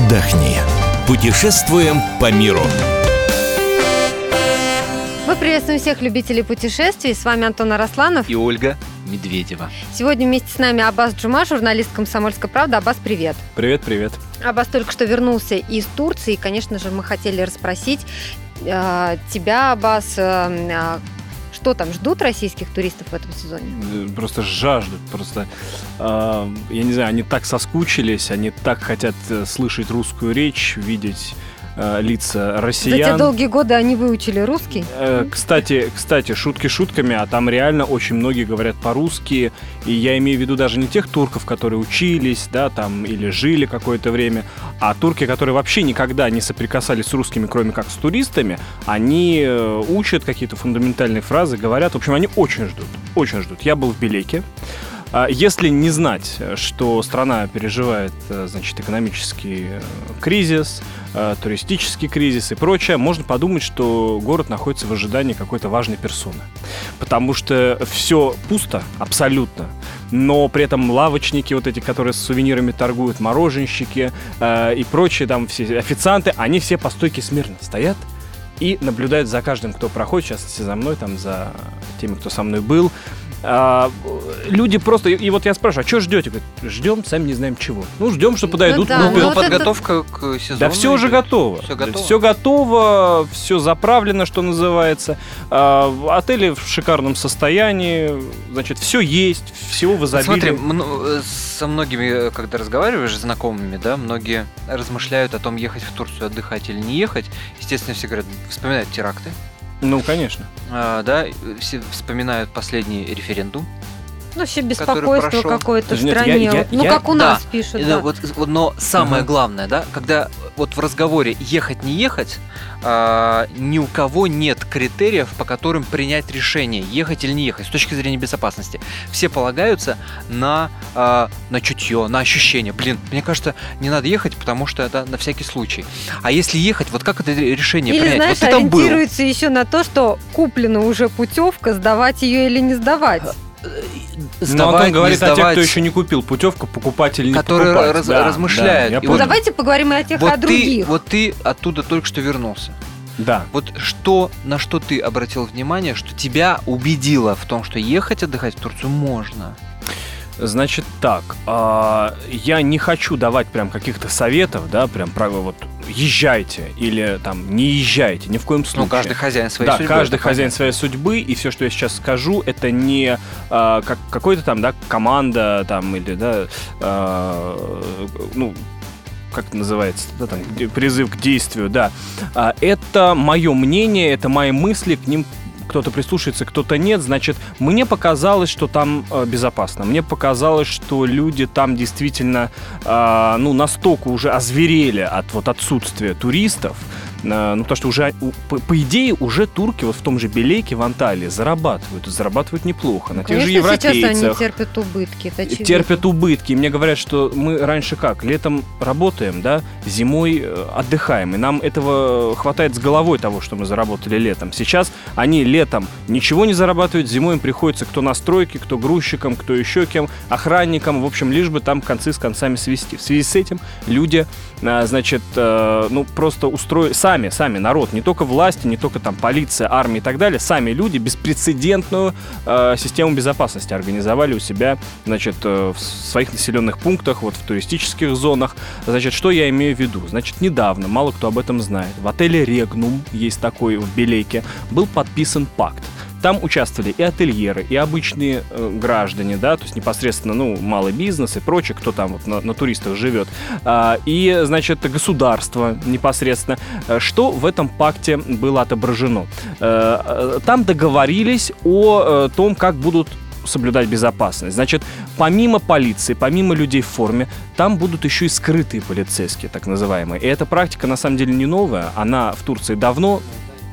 отдохни. Путешествуем по миру. Мы приветствуем всех любителей путешествий. С вами Антон Арасланов и Ольга Медведева. Сегодня вместе с нами Аббас Джума, журналист «Комсомольской правды». Аббас, привет. Привет. Аббас только что вернулся из Турции. И, конечно же, мы хотели расспросить тебя, Аббас, что там, ждут российских туристов в этом сезоне? Просто жаждут. Я не знаю, они так соскучились, они так хотят слышать русскую речь, видеть лица россиян. За те долгие годы они выучили русский? Кстати, шутки шутками, а там реально очень многие говорят по-русски. И я имею в виду даже не тех турков, которые учились, да, там, или жили какое-то время, а турки, которые вообще никогда не соприкасались с русскими, кроме как с туристами. Они учат какие-то фундаментальные фразы, говорят. В общем, они очень ждут. Я был в Белеке. Если не знать, что страна переживает, значит, экономический кризис, туристический кризис и прочее, можно подумать, что город находится в ожидании какой-то важной персоны. Потому что все пусто, абсолютно. Но при этом лавочники, вот эти, которые с сувенирами торгуют, мороженщики и прочие, там все официанты, они все по стойке смирно стоят и наблюдают за каждым, кто проходит, в частности, за мной, там, за теми, кто со мной был. Люди просто... И вот я спрашиваю, а что ждете? Говорят, ждем, сами не знаем чего. Ждем, что подойдут. Подготовка к сезону. Да все уже готово. Все готово, все заправлено, что называется. Отели в шикарном состоянии. Значит, все есть, всего в изобилии. Смотри, со многими, когда разговариваешь с знакомыми, да, многие размышляют о том, ехать в Турцию отдыхать или не ехать. Естественно, все говорят, вспоминают теракты. Ну, конечно. Да, все вспоминают последний референдум. Вообще беспокойство какое-то в стране. Как у нас пишут. Да. Но самое главное, да, когда вот в разговоре ехать-не ехать, ни у кого нет критериев, по которым принять решение, ехать или не ехать, с точки зрения безопасности. Все полагаются на чутье, на ощущение. Мне кажется, не надо ехать, потому что это на всякий случай. А если ехать, вот как это решение принять? Или, знаешь, вот ты там был. ориентируется еще на то, что куплена уже путевка, сдавать ее или не сдавать. Но Антон говорит о тех, кто еще не купил путевку, покупать или не покупать. Которые размышляют. Да, давайте поговорим и о тех, о других. Ты оттуда только что вернулся. Да. Вот на что ты обратил внимание, что тебя убедило в том, что ехать отдыхать в Турцию можно? Значит так, я не хочу давать прям каких-то советов, да, прям правила вот езжайте или там не езжайте, ни в коем случае. Каждый хозяин своей судьбы. Да, каждый хозяин своей судьбы, и все, что я сейчас скажу, это не как какой-то там, да, команда там или, да, как это называется, да, там, призыв к действию, да. Это мое мнение, это мои мысли, к ним кто-то прислушается, кто-то нет. Значит, мне показалось, что там безопасно. Мне показалось, что люди там действительно настолько уже озверели от отсутствия туристов. Потому что уже, по идее, уже турки вот в том же Белеке, в Анталии зарабатывают неплохо. На тех же европейцах. Сейчас они терпят убытки. Терпят убытки. И мне говорят, что мы раньше летом работаем, да, зимой отдыхаем. И нам этого хватает с головой того, что мы заработали летом. Сейчас они летом ничего не зарабатывают, зимой им приходится кто на стройке, кто грузчиком, кто еще кем, охранником. В общем, лишь бы там концы с концами свести. В связи с этим люди, просто сами народ, не только власти, не только там полиция, армия и так далее, сами люди беспрецедентную систему безопасности организовали у себя, в своих населенных пунктах, в туристических зонах. Что я имею в виду? Недавно, мало кто об этом знает, в отеле «Регнум», есть такой в Белеке, был подписан пакт. Там участвовали и ательеры, и обычные граждане, да, то есть непосредственно, малый бизнес и прочее, кто там на туристах живет, и, государство непосредственно. Что в этом пакте было отображено? Там договорились о том, как будут соблюдать безопасность. Помимо полиции, помимо людей в форме, там будут еще и скрытые полицейские, так называемые. И эта практика, на самом деле, не новая, она в Турции давно.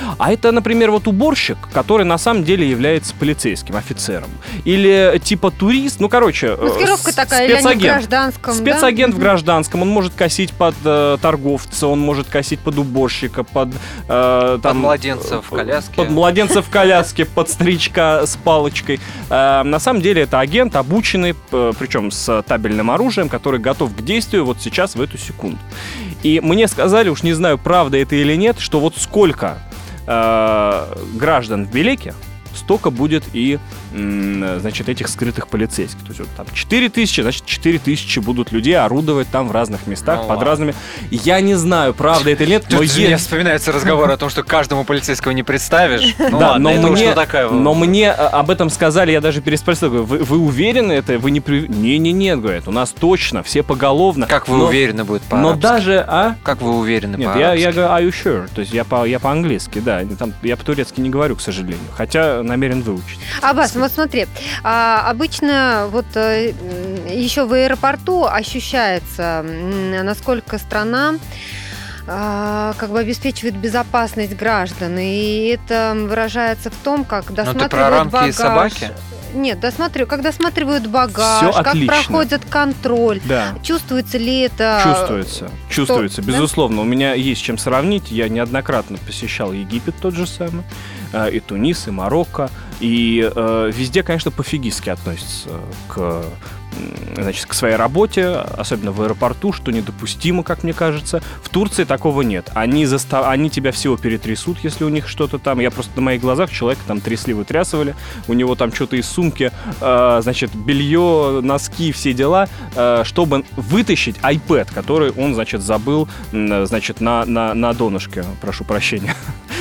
А это, например, вот уборщик, который на самом деле является полицейским офицером. Или типа турист, Маскировка такая, или они в гражданском, спецагент в гражданском, он может косить под торговца, он может косить под уборщика, под младенца в коляске. Под младенца в коляске, под старичка с палочкой. На самом деле это агент, обученный, причем с табельным оружием, который готов к действию вот сейчас, в эту секунду. И мне сказали, уж не знаю, правда это или нет, что вот сколько граждан в Белеке, столько будет и, значит, этих скрытых полицейских. То есть вот там 4000, значит, 4000 будут людей орудовать там в разных местах, под разными... Я не знаю, правда это или нет, но мне вспоминается разговор о том, что каждому полицейского не представишь. Да, но мне об этом сказали, я даже переспросил, вы уверены это? Вы не... Нет, говорят, у нас точно, все поголовно. Как вы уверены будет по-арабски? Но даже, Как вы уверены по-арабски? Нет, я говорю, are you sure? То есть я по-английски, да. Я по-турецки не говорю, к сожалению. Хотя намерен выучить. Аббас, вот смотри, обычно вот еще в аэропорту ощущается, насколько страна как бы обеспечивает безопасность граждан, и это выражается в том, как досматривают багаж. И собаки? Нет, как досматривают багаж, как проходит контроль. Да. Чувствуется ли это? Чувствуется, безусловно. У меня есть чем сравнить. Я неоднократно посещал Египет тот же самый, и Тунис, и Марокко. И везде, конечно, пофигистски относятся к своей работе, особенно в аэропорту, что недопустимо, как мне кажется. В Турции такого нет. Они тебя всего перетрясут, если у них что-то там. Я просто на моих глазах человека там трясли, вытрясывали. У него там что-то из сумки, белье, носки, все дела, чтобы вытащить iPad, который он, забыл, на донышке. Прошу прощения.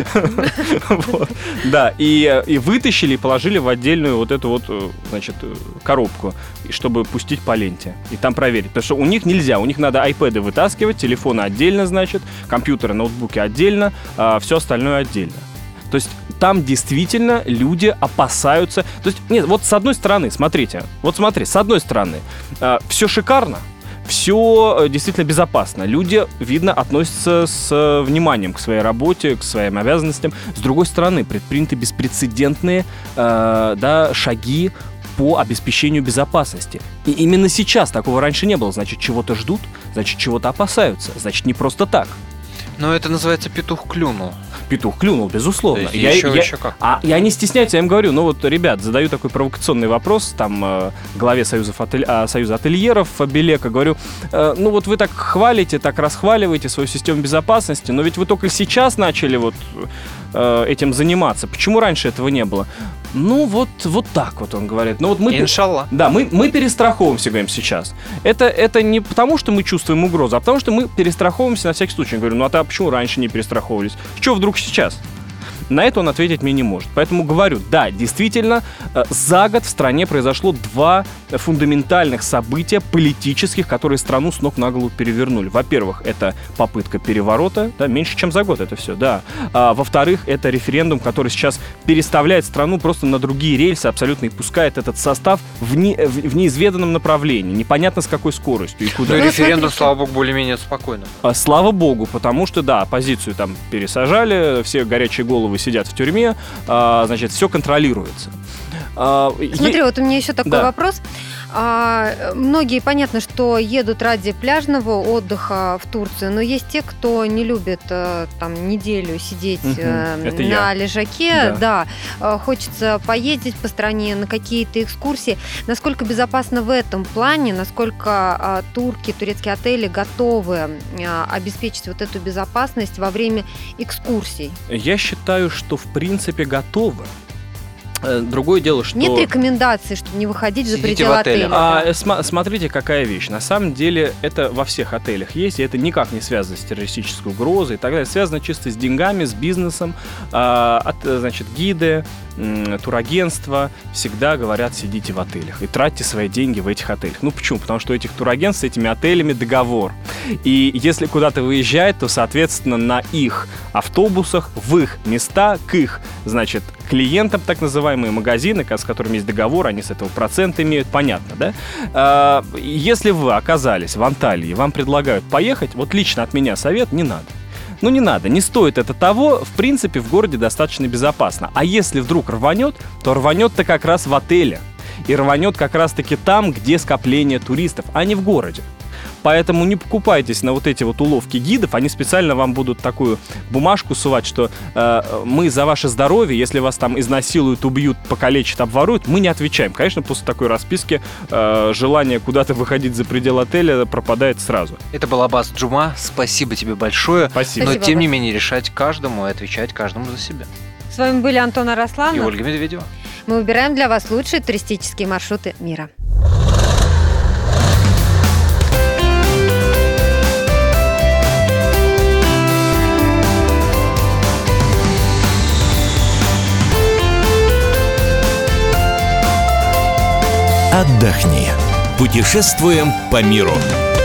Да, и вытащили, и положили в отдельную вот эту вот, коробку, чтобы пустить по ленте и там проверить. Потому что у них нельзя, у них надо iPad'ы вытаскивать, телефоны отдельно, компьютеры, ноутбуки отдельно, все остальное отдельно. То есть там действительно люди опасаются. То есть, нет, вот с одной стороны, с одной стороны, все шикарно, все действительно безопасно. Люди, видно, относятся с вниманием к своей работе, к своим обязанностям. С другой стороны, предприняты беспрецедентные шаги по обеспечению безопасности. И именно сейчас такого раньше не было. Значит, чего-то ждут, значит, чего-то опасаются. Значит, не просто так. Но это называется «петух клюнул». Петух клюнул, безусловно. Еще как. Я не стесняюсь, я им говорю, ребят, задаю такой провокационный вопрос, главе Союза ательеров Белека, говорю, вы так хвалите, так расхваливаете свою систему безопасности, но ведь вы только сейчас начали этим заниматься. Почему раньше этого не было? Вот так вот, он говорит. Иншаллах. Да, мы перестраховываемся, говорим, сейчас. Это не потому, что мы чувствуем угрозу, а потому, что мы перестраховываемся на всякий случай. Я говорю, а почему раньше не перестраховывались? Что вдруг сейчас? На это он ответить мне не может. Поэтому говорю, да, действительно, за год в стране произошло 2 фундаментальных события политических, которые страну с ног на голову перевернули. Во-первых, это попытка переворота, меньше, чем за год это все, да. Во-вторых, это референдум, который сейчас переставляет страну просто на другие рельсы абсолютно и пускает этот состав в неизведанном направлении. Непонятно с какой скоростью и куда. Референдум, слава богу, более-менее спокойно. Слава богу, потому что, да, оппозицию там пересажали, все горячие головы сидят в тюрьме, все контролируется. Смотри, вот у меня еще такой вопрос. Многие, понятно, что едут ради пляжного отдыха в Турцию, но есть те, кто не любит неделю сидеть на лежаке. Да. Хочется поездить по стране на какие-то экскурсии. Насколько безопасно в этом плане, насколько турецкие отели готовы обеспечить вот эту безопасность во время экскурсий? Я считаю, что в принципе готовы. Другое дело, что... Нет рекомендаций, чтобы не выходить за пределы отеля. Смотрите, какая вещь. На самом деле, это во всех отелях есть, и это никак не связано с террористической угрозой и так далее. Связано чисто с деньгами, с бизнесом. Гиды, турагентства всегда говорят, сидите в отелях и тратьте свои деньги в этих отелях. Почему? Потому что у этих турагентств с этими отелями договор. И если куда-то выезжает, то, соответственно, на их автобусах, в их места, к их, клиентам, так называемые магазины, с которыми есть договор, они с этого процент имеют, понятно, да? Если вы оказались в Анталии, вам предлагают поехать, лично от меня совет, не надо. Ну, не надо, не стоит это того. В принципе, в городе достаточно безопасно. А если вдруг рванет, то рванет-то как раз в отеле. И рванет как раз-таки там, где скопление туристов, а не в городе. Поэтому не покупайтесь на вот эти вот уловки гидов. Они специально вам будут такую бумажку сувать, что мы за ваше здоровье, если вас там изнасилуют, убьют, покалечат, обворуют, мы не отвечаем. Конечно, после такой расписки желание куда-то выходить за пределы отеля пропадает сразу. Это был Аббас Джума. Спасибо тебе большое. Спасибо. Но, Спасибо, тем не Аббас. менее, решать каждому и отвечать каждому за себя. С вами были Антон И Арасланов. Ольга Медведева. Мы выбираем для вас лучшие туристические маршруты мира. Отдохни. Путешествуем по миру.